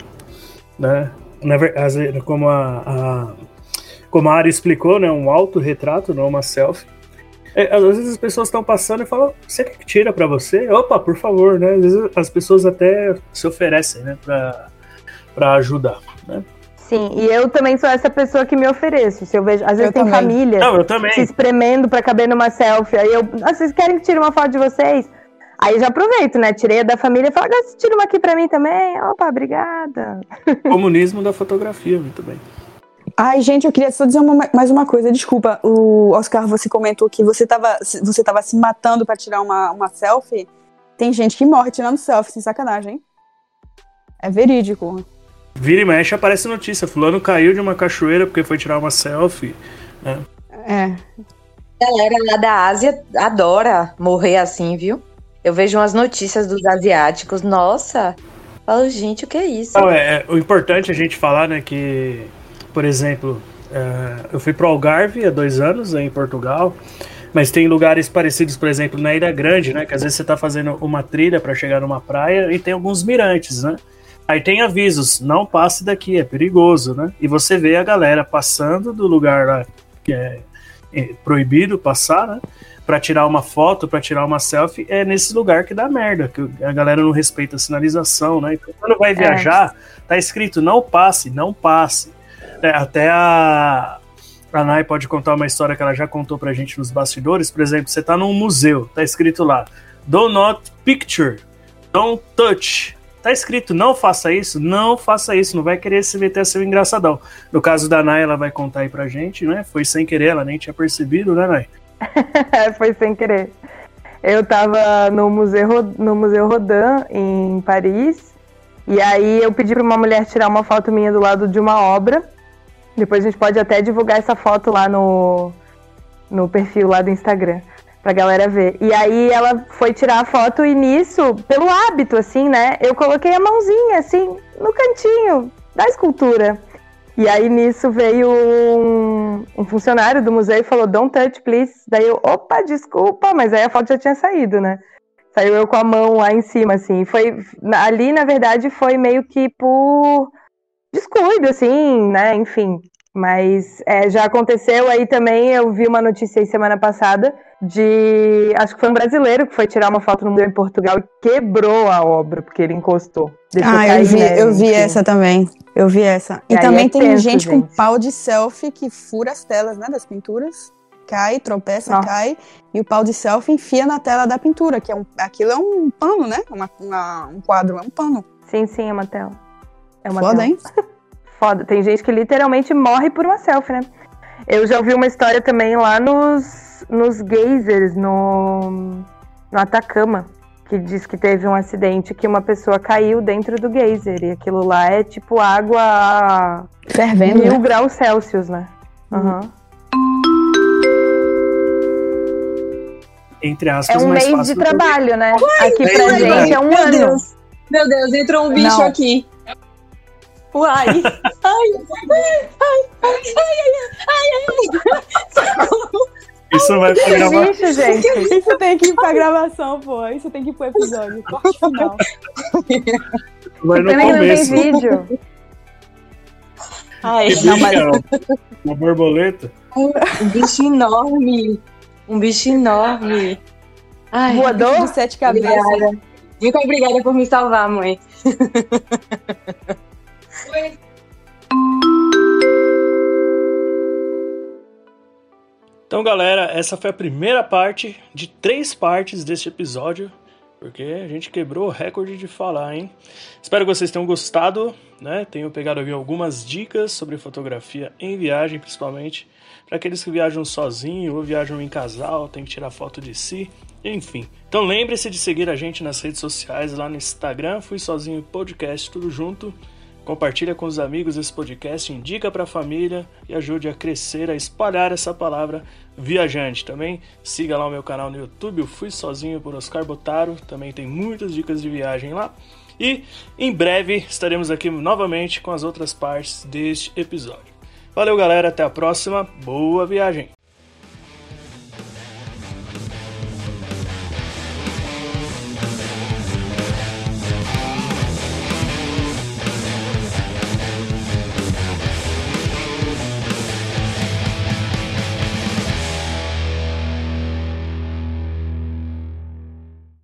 né, Na ver- às vezes, como a... a Como a Ari explicou, né, um autorretrato, não uma selfie. É, às vezes as pessoas estão passando e falam, você quer que tira pra você? Opa, por favor, né? Às vezes as pessoas até se oferecem, né, pra, pra ajudar, né? Sim, e eu também sou essa pessoa que me ofereço. Se eu vejo, às vezes Eu tem também. família Não, eu também. se espremendo pra caber numa selfie. Aí eu, ah, vocês querem que tire uma foto de vocês? Aí eu já aproveito, né? Tirei a da família e falo, ah, você tira uma aqui pra mim também? Opa, obrigada. Comunismo da fotografia, muito bem. Ai, gente, eu queria só dizer uma, mais uma coisa. Desculpa, o Oscar, você comentou que você tava, você tava se matando pra tirar uma, uma selfie. Tem gente que morre tirando selfie, sem sacanagem, hein? É verídico. Vira e mexe, aparece notícia. Fulano caiu de uma cachoeira porque foi tirar uma selfie, né? É. A galera lá da Ásia adora morrer assim, viu? Eu vejo umas notícias dos asiáticos. Nossa, falo, gente, o que é isso? Não, é, é, o importante é a gente falar, né, que, por exemplo, é, eu fui pro Algarve há dois anos, né, em Portugal, mas tem lugares parecidos, por exemplo, na Ilha Grande, né, que às vezes você tá fazendo uma trilha para chegar numa praia e tem alguns mirantes, né? Aí tem avisos, não passe daqui, é perigoso, né? E você vê a galera passando do lugar lá que é proibido passar, né? Pra tirar uma foto, pra tirar uma selfie, é nesse lugar que dá merda, que a galera não respeita a sinalização, né? Então, quando vai viajar, tá escrito não passe, não passe. É, até a, a Nai pode contar uma história que ela já contou pra gente nos bastidores. Por exemplo, você tá num museu, tá escrito lá, do not picture, don't touch. Tá escrito, não faça isso, não faça isso, não vai querer se meter a ser um engraçadão. No caso da Nai, ela vai contar aí pra gente, né? Foi sem querer, ela nem tinha percebido, né, Nai? Foi sem querer. Eu tava no Museu, no Museu Rodin, em Paris, e aí eu pedi pra uma mulher tirar uma foto minha do lado de uma obra. Depois a gente pode até divulgar essa foto lá no, no perfil lá do Instagram, pra galera ver. E aí ela foi tirar a foto e nisso, pelo hábito, assim, né, eu coloquei a mãozinha, assim, no cantinho da escultura. E aí nisso veio um, um funcionário do museu e falou, don't touch, please. Daí eu, opa, desculpa, mas aí a foto já tinha saído, né? Saiu eu com a mão lá em cima, assim. Foi, ali, na verdade, foi meio que por descuido, assim, né? Enfim. Mas é, já aconteceu aí também, eu vi uma notícia aí semana passada de, acho que foi um brasileiro que foi tirar uma foto no museu em Portugal e quebrou a obra, porque ele encostou. Deixou Ah, cair, eu vi, né? eu vi Enfim. essa também. Eu vi essa. E, E aí também é tem tenso, gente, com gente. pau de selfie que fura as telas, né, das pinturas. Cai, tropeça, Nossa. cai. E o pau de selfie enfia na tela da pintura, que é um, aquilo é um pano, né? Uma, uma- um quadro, é um pano. Sim, sim, é uma tela. É uma Foda, tela. hein? Foda. Tem gente que literalmente morre por uma selfie, né? Eu já ouvi uma história também lá nos, nos geysers, no, no Atacama, que diz que teve um acidente que uma pessoa caiu dentro do geyser. E aquilo lá é tipo água a Fervendo, mil né? graus Celsius, né? Aham. entre É aspas, um mais mês fácil de do que- trabalho, né? Aqui É, pra é, gente é um Meu ano. Deus. Meu Deus, entrou um bicho Não. aqui. Uai. Ai, ai, ai, ai, ai, ai, ai. Isso vai pra Que gravar. bicho, gente. Isso tem que ir pra gravação, pô. Isso tem que ir pro episódio. Corte final. Vai no Pena que não tem começo. vídeo. Ai, Que bicho Não, mas- que é? Uma borboleta. um bicho enorme. Um bicho enorme. Ai, Voador? De sete cabeças. Obrigada. Muito obrigada por me salvar, mãe. Então, galera, essa foi a primeira parte de três partes deste episódio, porque a gente quebrou o recorde de falar, hein? Espero que vocês tenham gostado, né? Tenham pegado aqui algumas dicas sobre fotografia em viagem, principalmente para aqueles que viajam sozinho ou viajam em casal, tem que tirar foto de si, enfim. Então lembre-se de seguir a gente nas redes sociais, lá no Instagram, Fui Sozinho Podcast, tudo junto. Compartilha com os amigos esse podcast, indica para a família e ajude a crescer, a espalhar essa palavra viajante. Também siga lá o meu canal no YouTube, eu Fui Sozinho por Oscar Botaro, também tem muitas dicas de viagem lá. E em breve estaremos aqui novamente com as outras partes deste episódio. Valeu, galera, até a próxima, boa viagem!